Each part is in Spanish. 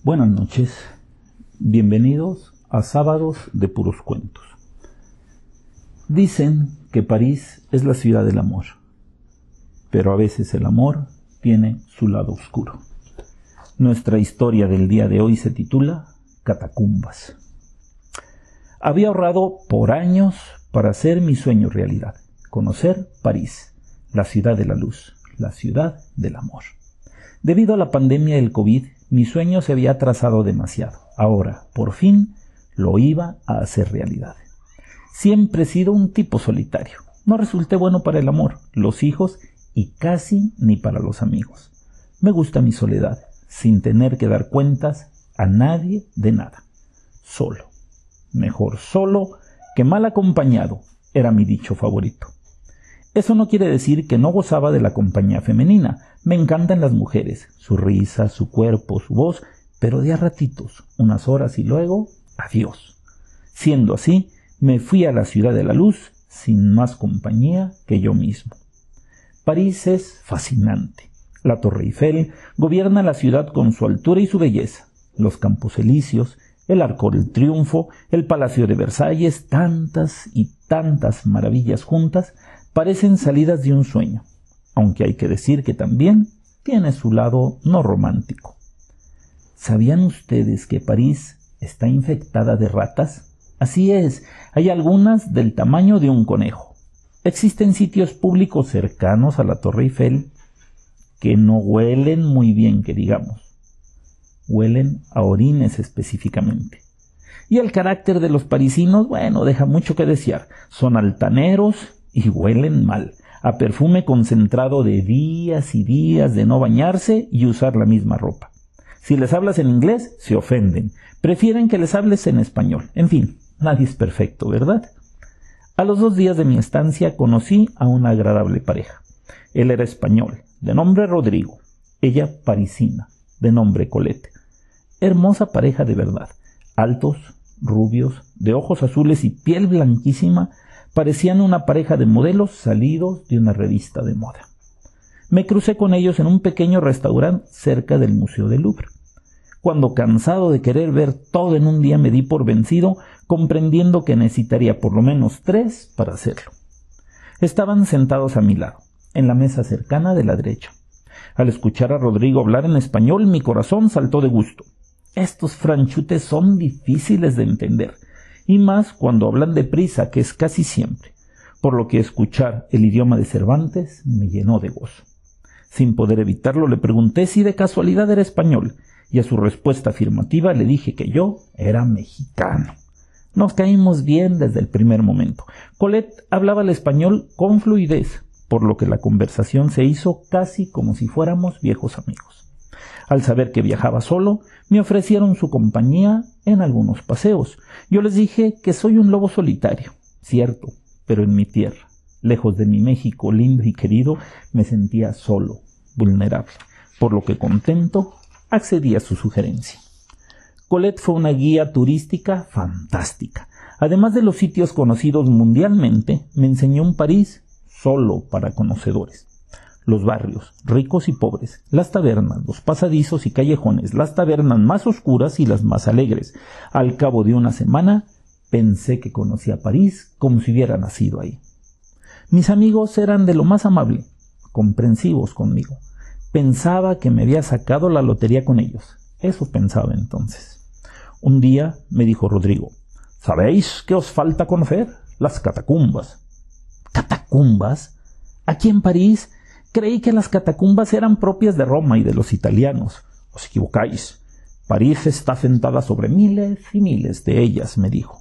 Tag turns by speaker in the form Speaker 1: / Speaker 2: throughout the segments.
Speaker 1: Buenas noches, bienvenidos a Sábados de Puros Cuentos. Dicen que París es la ciudad del amor, pero a veces el amor tiene su lado oscuro. Nuestra historia del día de hoy se titula Catacumbas. Había ahorrado por años para hacer mi sueño realidad, conocer París, la ciudad de la luz, la ciudad del amor. Debido a la pandemia del COVID, mi sueño se había atrasado demasiado. Ahora, por fin, lo iba a hacer realidad. Siempre he sido un tipo solitario. No resulté bueno para el amor, los hijos y casi ni para los amigos. Me gusta mi soledad, sin tener que dar cuentas a nadie de nada. Solo. Mejor solo que mal acompañado, era mi dicho favorito. Eso no quiere decir que no gozaba de la compañía femenina. Me encantan las mujeres, su risa, su cuerpo, su voz, pero de a ratitos, unas horas y luego, adiós. Siendo así, me fui a la ciudad de la luz sin más compañía que yo mismo. París es fascinante. La Torre Eiffel gobierna la ciudad con su altura y su belleza. Los Campos Elíseos, el Arco del Triunfo, el Palacio de Versalles, tantas y tantas maravillas juntas, parecen salidas de un sueño, aunque hay que decir que también tiene su lado no romántico. ¿Sabían ustedes que París está infectada de ratas? Así es, hay algunas del tamaño de un conejo. Existen sitios públicos cercanos a la Torre Eiffel que no huelen muy bien, que digamos. Huelen a orines específicamente. Y el carácter de los parisinos, deja mucho que desear. Son altaneros y huelen mal, a perfume concentrado de días y días de no bañarse y usar la misma ropa. Si les hablas en inglés, se ofenden. Prefieren que les hables en español. En fin, nadie es perfecto, ¿verdad? A los 2 días de mi estancia conocí a una agradable pareja. Él era español, de nombre Rodrigo. Ella parisina, de nombre Colette. Hermosa pareja de verdad. Altos, rubios, de ojos azules y piel blanquísima, parecían una pareja de modelos salidos de una revista de moda. Me crucé con ellos en un pequeño restaurante cerca del Museo del Louvre. Cuando, cansado de querer ver todo en un día, me di por vencido, comprendiendo que necesitaría por lo menos 3 para hacerlo. Estaban sentados a mi lado, en la mesa cercana de la derecha. Al escuchar a Rodrigo hablar en español, mi corazón saltó de gusto. Estos franchutes son difíciles de entender, y más cuando hablan deprisa, que es casi siempre, por lo que escuchar el idioma de Cervantes me llenó de gozo. Sin poder evitarlo, le pregunté si de casualidad era español, y a su respuesta afirmativa le dije que yo era mexicano. Nos caímos bien desde el primer momento. Colette hablaba el español con fluidez, por lo que la conversación se hizo casi como si fuéramos viejos amigos. Al saber que viajaba solo, me ofrecieron su compañía en algunos paseos. Yo les dije que soy un lobo solitario, cierto, pero en mi tierra, lejos de mi México lindo y querido, me sentía solo, vulnerable, por lo que contento accedí a su sugerencia. Colette fue una guía turística fantástica. Además de los sitios conocidos mundialmente, me enseñó un París solo para conocedores. Los barrios, ricos y pobres, las tabernas, los pasadizos y callejones, las tabernas más oscuras y las más alegres. Al cabo de una semana, pensé que conocía París como si hubiera nacido ahí. Mis amigos eran de lo más amable, comprensivos conmigo. Pensaba que me había sacado la lotería con ellos. Eso pensaba entonces. Un día me dijo Rodrigo: ¿sabéis qué os falta conocer? Las catacumbas. ¿Catacumbas? ¿Aquí en París? Creí que las catacumbas eran propias de Roma y de los italianos. Os equivocáis. París está sentada sobre miles y miles de ellas, me dijo.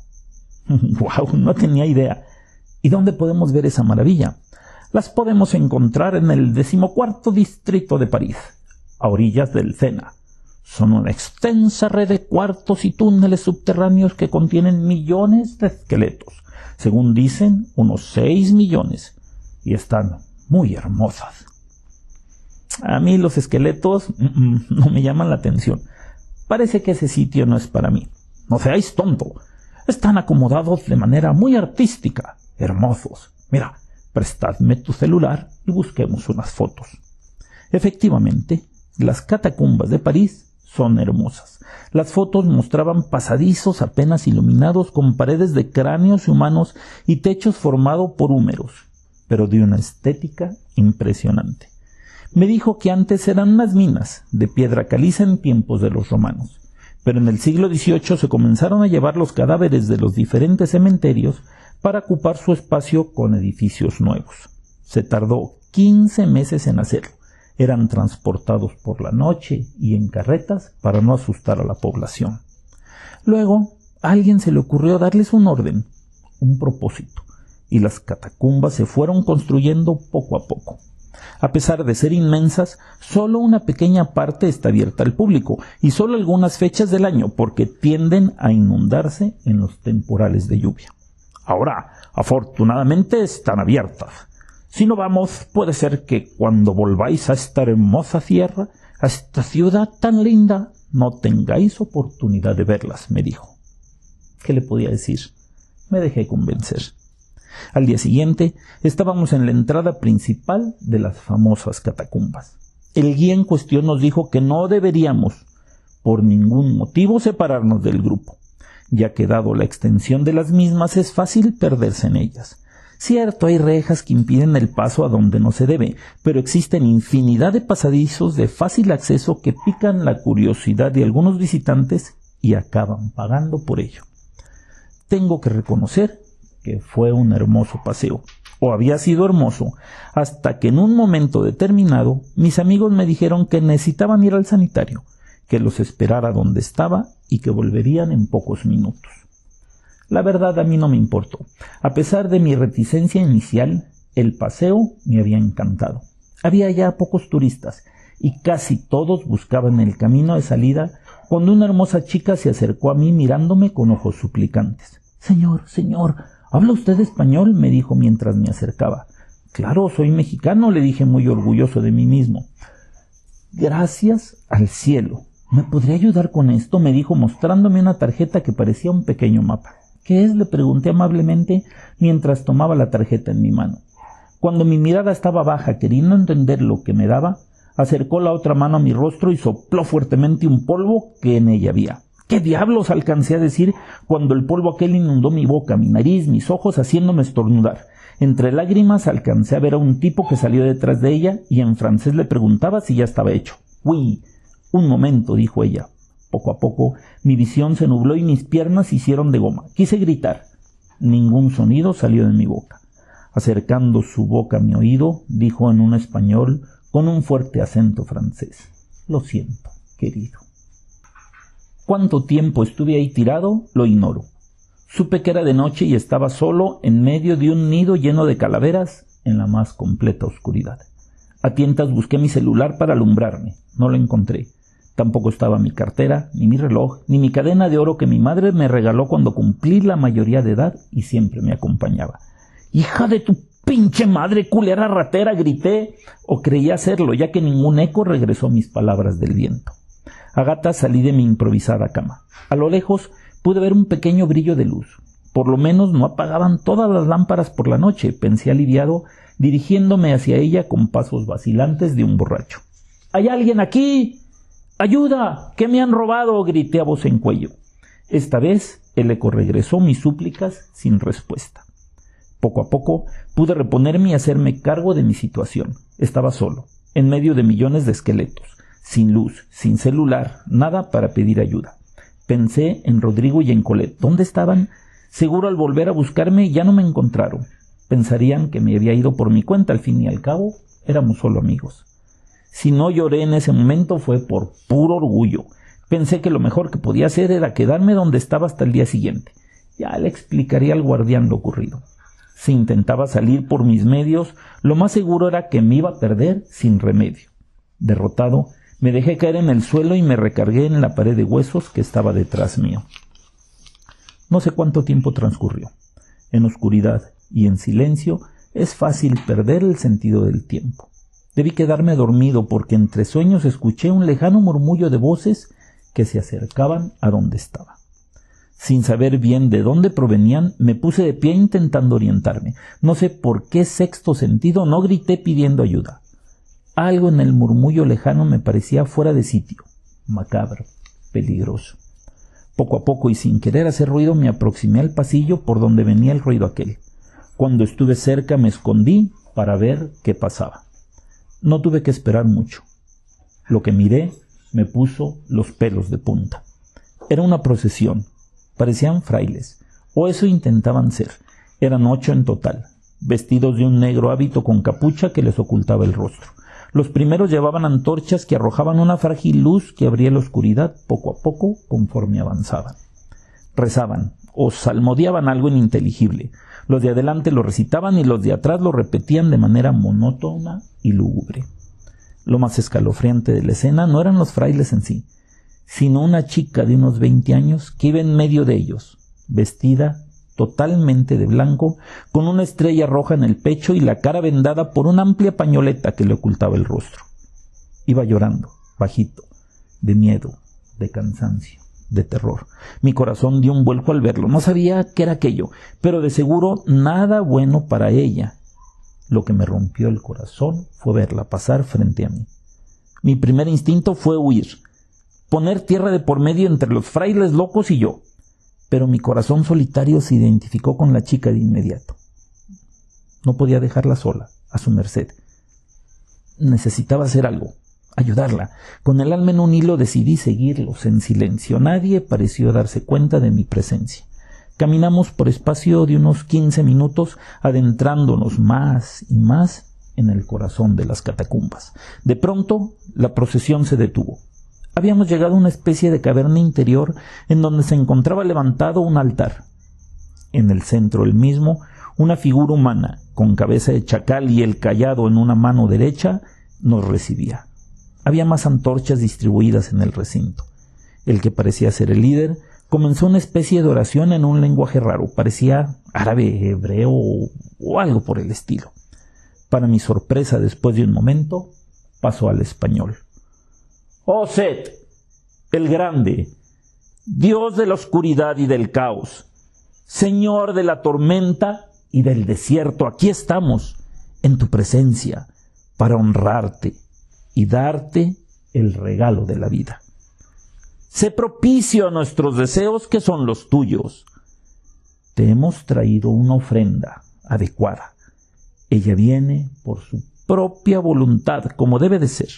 Speaker 1: ¡Guau! No tenía idea. ¿Y dónde podemos ver esa maravilla? Las podemos encontrar en el 14º distrito de París, a orillas del Sena. Son una extensa red de cuartos y túneles subterráneos que contienen millones de esqueletos. Según dicen, unos 6 millones. Y están muy hermosas. A mí los esqueletos no me llaman la atención. Parece que ese sitio no es para mí. No seáis tonto. Están acomodados de manera muy artística. Hermosos. Mira, prestadme tu celular y busquemos unas fotos. Efectivamente, las catacumbas de París son hermosas. Las fotos mostraban pasadizos apenas iluminados con paredes de cráneos humanos y techos formados por húmeros, pero de una estética impresionante. Me dijo que antes eran unas minas de piedra caliza en tiempos de los romanos, pero en el siglo XVIII se comenzaron a llevar los cadáveres de los diferentes cementerios para ocupar su espacio con edificios nuevos. Se tardó 15 meses en hacerlo. Eran transportados por la noche y en carretas para no asustar a la población. Luego, a alguien se le ocurrió darles un orden, un propósito, y las catacumbas se fueron construyendo poco a poco. A pesar de ser inmensas, solo una pequeña parte está abierta al público y solo algunas fechas del año porque tienden a inundarse en los temporales de lluvia. Ahora, afortunadamente están abiertas. Si no vamos, puede ser que cuando volváis a esta hermosa tierra, a esta ciudad tan linda, no tengáis oportunidad de verlas, me dijo. ¿Qué le podía decir? Me dejé convencer. Al día siguiente, estábamos en la entrada principal de las famosas catacumbas. El guía en cuestión nos dijo que no deberíamos, por ningún motivo, separarnos del grupo, ya que dado la extensión de las mismas es fácil perderse en ellas. Cierto, hay rejas que impiden el paso a donde no se debe, pero existen infinidad de pasadizos de fácil acceso que pican la curiosidad de algunos visitantes y acaban pagando por ello. Tengo que reconocer que fue un hermoso paseo, o había sido hermoso, hasta que en un momento determinado mis amigos me dijeron que necesitaban ir al sanitario, que los esperara donde estaba y que volverían en pocos minutos. La verdad a mí no me importó. A pesar de mi reticencia inicial, el paseo me había encantado. Había ya pocos turistas y casi todos buscaban el camino de salida cuando una hermosa chica se acercó a mí mirándome con ojos suplicantes. Señor, ¿habla usted español?, me dijo mientras me acercaba. Claro, soy mexicano, le dije muy orgulloso de mí mismo. Gracias al cielo. ¿Me podría ayudar con esto?, me dijo mostrándome una tarjeta que parecía un pequeño mapa. ¿Qué es?, le pregunté amablemente mientras tomaba la tarjeta en mi mano. Cuando mi mirada estaba baja, queriendo entender lo que me daba, acercó la otra mano a mi rostro y sopló fuertemente un polvo que en ella había. ¿Qué diablos?, alcancé a decir cuando el polvo aquel inundó mi boca, mi nariz, mis ojos, haciéndome estornudar. Entre lágrimas alcancé a ver a un tipo que salió detrás de ella y en francés le preguntaba si ya estaba hecho. «Oui, un momento», dijo ella. Poco a poco mi visión se nubló y mis piernas se hicieron de goma. Quise gritar. Ningún sonido salió de mi boca. Acercando su boca a mi oído, dijo en un español con un fuerte acento francés. «Lo siento, querido». ¿Cuánto tiempo estuve ahí tirado? Lo ignoro. Supe que era de noche y estaba solo en medio de un nido lleno de calaveras en la más completa oscuridad. A tientas busqué mi celular para alumbrarme. No lo encontré. Tampoco estaba mi cartera, ni mi reloj, ni mi cadena de oro que mi madre me regaló cuando cumplí la mayoría de edad y siempre me acompañaba. «¡Hija de tu pinche madre, culera ratera!», grité, o creí hacerlo, ya que ningún eco regresó mis palabras del viento. A gatas salí de mi improvisada cama. A lo lejos pude ver un pequeño brillo de luz. Por lo menos no apagaban todas las lámparas por la noche, pensé aliviado, dirigiéndome hacia ella con pasos vacilantes de un borracho. «¿Hay alguien aquí? ¡Ayuda! ¿Qué me han robado?», grité a voz en cuello. Esta vez el eco regresó mis súplicas sin respuesta. Poco a poco pude reponerme y hacerme cargo de mi situación. Estaba solo, en medio de millones de esqueletos, sin luz, sin celular, nada para pedir ayuda. Pensé en Rodrigo y en Colette. ¿Dónde estaban? Seguro al volver a buscarme ya no me encontraron. Pensarían que me había ido por mi cuenta, al fin y al cabo éramos solo amigos. Si no lloré en ese momento fue por puro orgullo. Pensé que lo mejor que podía hacer era quedarme donde estaba hasta el día siguiente. Ya le explicaría al guardián lo ocurrido. Si intentaba salir por mis medios, lo más seguro era que me iba a perder sin remedio. Derrotado, me dejé caer en el suelo y me recargué en la pared de huesos que estaba detrás mío. No sé cuánto tiempo transcurrió. En oscuridad y en silencio es fácil perder el sentido del tiempo. Debí quedarme dormido porque entre sueños escuché un lejano murmullo de voces que se acercaban a donde estaba. Sin saber bien de dónde provenían, me puse de pie intentando orientarme. No sé por qué sexto sentido no grité pidiendo ayuda. Algo en el murmullo lejano me parecía fuera de sitio. macabro, peligroso. Poco a poco y sin querer hacer ruido me aproximé al pasillo por donde venía el ruido aquel. Cuando estuve cerca me escondí para ver qué pasaba. No tuve que esperar mucho. Lo que miré me puso los pelos de punta. Era una procesión. Parecían frailes, o eso intentaban ser. Eran 8 en total, vestidos de un negro hábito con capucha que les ocultaba el rostro. Los primeros llevaban antorchas que arrojaban una frágil luz que abría la oscuridad poco a poco conforme avanzaban. Rezaban o salmodiaban algo ininteligible. Los de adelante lo recitaban y los de atrás lo repetían de manera monótona y lúgubre. Lo más escalofriante de la escena no eran los frailes en sí, sino una chica de unos 20 años que iba en medio de ellos, vestida totalmente de blanco, con una estrella roja en el pecho y la cara vendada por una amplia pañoleta que le ocultaba el rostro. Iba llorando, bajito, de miedo, de cansancio, de terror. Mi corazón dio un vuelco al verlo. No sabía qué era aquello, pero de seguro nada bueno para ella. Lo que me rompió el corazón fue verla pasar frente a mí. Mi primer instinto fue huir, poner tierra de por medio entre los frailes locos y yo. Pero mi corazón solitario se identificó con la chica de inmediato. No podía dejarla sola, a su merced. Necesitaba hacer algo, ayudarla. Con el alma en un hilo decidí seguirlos en silencio. Nadie pareció darse cuenta de mi presencia. Caminamos por espacio de unos 15 minutos, adentrándonos más y más en el corazón de las catacumbas. De pronto, la procesión se detuvo. Habíamos llegado a una especie de caverna interior en donde se encontraba levantado un altar. En el centro del mismo, una figura humana, con cabeza de chacal y el cayado en una mano derecha, nos recibía. Había más antorchas distribuidas en el recinto. El que parecía ser el líder comenzó una especie de oración en un lenguaje raro, parecía árabe, hebreo o algo por el estilo. Para mi sorpresa, después de un momento, pasó al español. «Oh Set, el grande, Dios de la oscuridad y del caos, Señor de la tormenta y del desierto, aquí estamos, en tu presencia, para honrarte y darte el regalo de la vida. Sé propicio a nuestros deseos que son los tuyos. Te hemos traído una ofrenda adecuada. Ella viene por su propia voluntad, como debe de ser.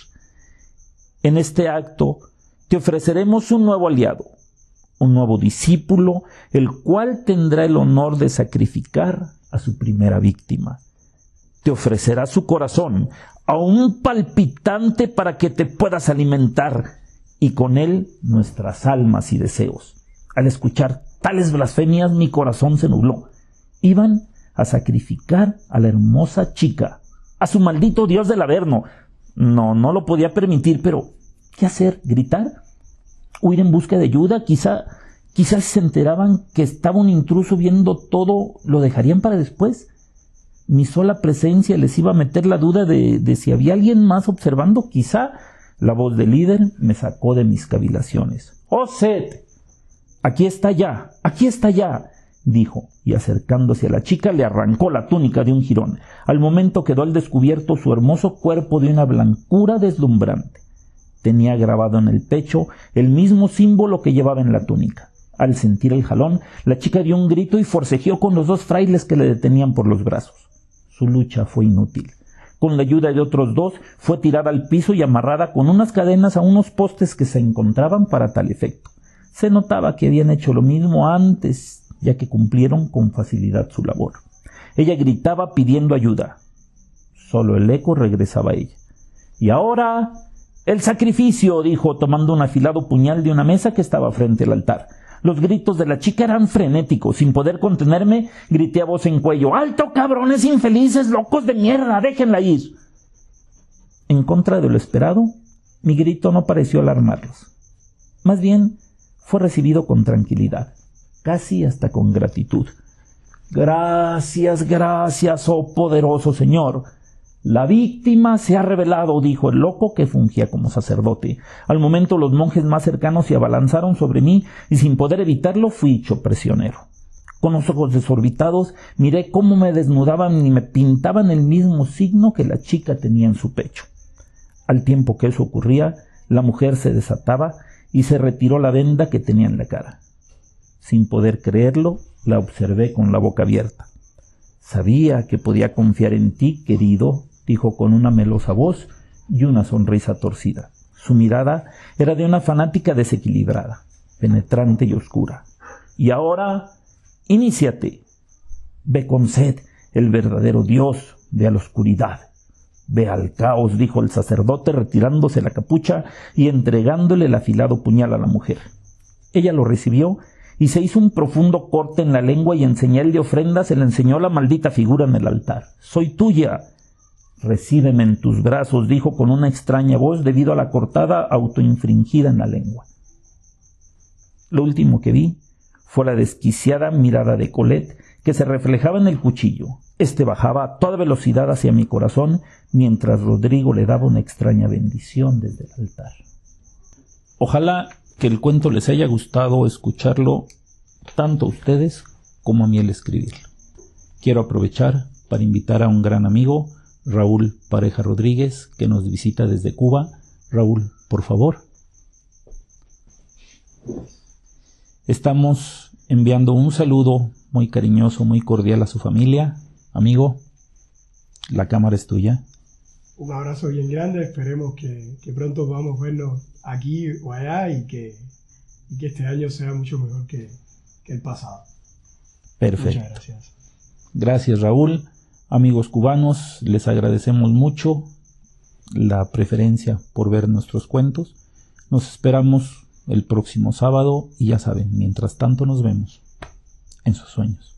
Speaker 1: En este acto te ofreceremos un nuevo aliado, un nuevo discípulo, el cual tendrá el honor de sacrificar a su primera víctima. Te ofrecerá su corazón, aún palpitante, para que te puedas alimentar, y con él nuestras almas y deseos. Al escuchar tales blasfemias, mi corazón se nubló. Iban a sacrificar a la hermosa chica, a su maldito dios del Averno. No lo podía permitir, pero ¿qué hacer? ¿Gritar? ¿Huir en busca de ayuda? Quizás si se enteraban que estaba un intruso viendo todo, ¿lo dejarían para después? Mi sola presencia les iba a meter la duda de si había alguien más observando. Quizá la voz del líder me sacó de mis cavilaciones. «¡Oh, Set! Aquí está ya, dijo, y acercándose a la chica le arrancó la túnica de un jirón. Al momento quedó al descubierto su hermoso cuerpo de una blancura deslumbrante. Tenía grabado en el pecho el mismo símbolo que llevaba en la túnica. Al sentir el jalón, la chica dio un grito y forcejeó con los 2 frailes que le detenían por los brazos. Su lucha fue inútil. Con la ayuda de otros 2, fue tirada al piso y amarrada con unas cadenas a unos postes que se encontraban para tal efecto. Se notaba que habían hecho lo mismo antes, ya que cumplieron con facilidad su labor. Ella gritaba pidiendo ayuda. Solo el eco regresaba a ella. «Y ahora, el sacrificio», dijo, tomando un afilado puñal de una mesa que estaba frente al altar. Los gritos de la chica eran frenéticos. Sin poder contenerme, grité a voz en cuello: «¡Alto, cabrones infelices, locos de mierda! ¡Déjenla ir!». En contra de lo esperado, mi grito no pareció alarmarlos. Más bien, fue recibido con tranquilidad, casi hasta con gratitud. «Gracias, oh poderoso Señor. La víctima se ha revelado», dijo el loco que fungía como sacerdote. Al momento los monjes más cercanos se abalanzaron sobre mí y sin poder evitarlo fui hecho prisionero. Con los ojos desorbitados miré cómo me desnudaban y me pintaban el mismo signo que la chica tenía en su pecho. Al tiempo que eso ocurría, La mujer se desataba y se retiró la venda que tenía en la cara. Sin poder creerlo, la observé con la boca abierta. «Sabía que podía confiar en ti, querido», dijo con una melosa voz y una sonrisa torcida. Su mirada era de una fanática desequilibrada, penetrante y oscura. «Y ahora, iníciate. Ve con Set, el verdadero Dios, ve a la oscuridad. Ve al caos», dijo el sacerdote, retirándose la capucha y entregándole el afilado puñal a la mujer. Ella lo recibió y se hizo un profundo corte en la lengua y en señal de ofrenda se le enseñó la maldita figura en el altar. «Soy tuya. Recíbeme en tus brazos», dijo con una extraña voz debido a la cortada autoinfringida en la lengua. Lo último que vi fue la desquiciada mirada de Colette que se reflejaba en el cuchillo. Este bajaba a toda velocidad hacia mi corazón mientras Rodrigo le daba una extraña bendición desde el altar. Ojalá que el cuento les haya gustado escucharlo tanto a ustedes como a mí el escribirlo. Quiero aprovechar para invitar a un gran amigo, Raúl Pareja Rodríguez, que nos visita desde Cuba. Raúl, por favor. Estamos enviando un saludo muy cariñoso, muy cordial a su familia. Amigo, la cámara es tuya.
Speaker 2: Un abrazo bien grande, esperemos que pronto podamos vernos aquí o allá y que este año sea mucho mejor que el pasado.
Speaker 1: Perfecto.
Speaker 2: Muchas gracias.
Speaker 1: Gracias, Raúl. Amigos cubanos, les agradecemos mucho la preferencia por ver nuestros cuentos. Nos esperamos el próximo sábado y ya saben, mientras tanto nos vemos en sus sueños.